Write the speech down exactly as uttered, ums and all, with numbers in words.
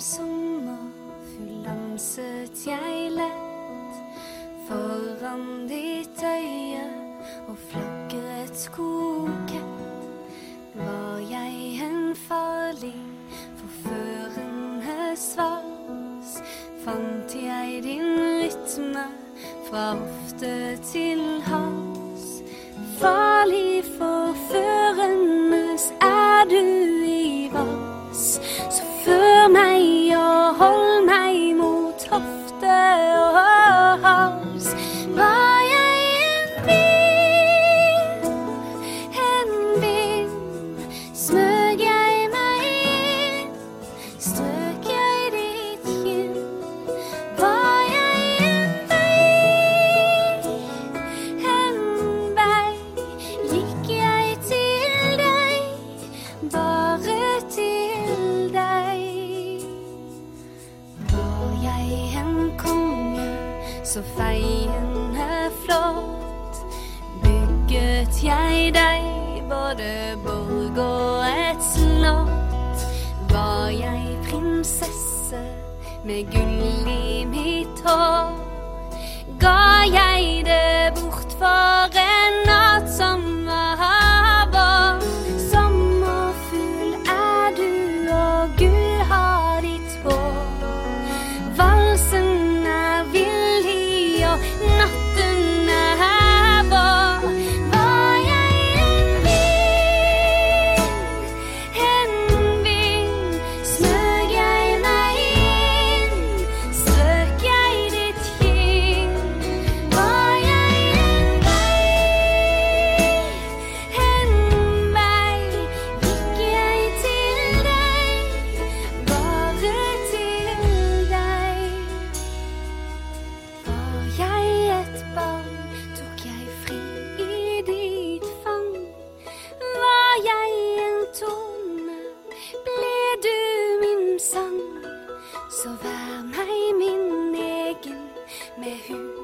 sommerfugl danset jeg lett foran ditt øye og flagret kokett. Var jeg en farlig forførende svals, fant jeg din rytme fra hofte til hals. Farlig forførende er du i vals, så før meg og hold meg mot hofte og hals. Var jeg en vind, en vind, smøg jeg meg inn, strøk jeg ditt kinn. Var jeg en vei, en vei, gikk jeg til deg, bare til deg. Var jeg en konge, så feiende flott, bygget jeg deg både borg og et slott. Var jeg prinsesse med gull i mitt hår, ga jeg det bort for en natt som var vår. Sommerfugl er du, og gull har ditt hår. Valsen er villig, og natten er vår. Var jeg en vind, en vind, smøg jeg meg inn, strøk jeg ditt kinn. Var jeg en vei, en vei, gikk jeg til deg, bare til deg. Var jeg et barn, tok jeg fri i ditt fang. Var jeg en tone, ble du min sang. Så vær meg min egen med hud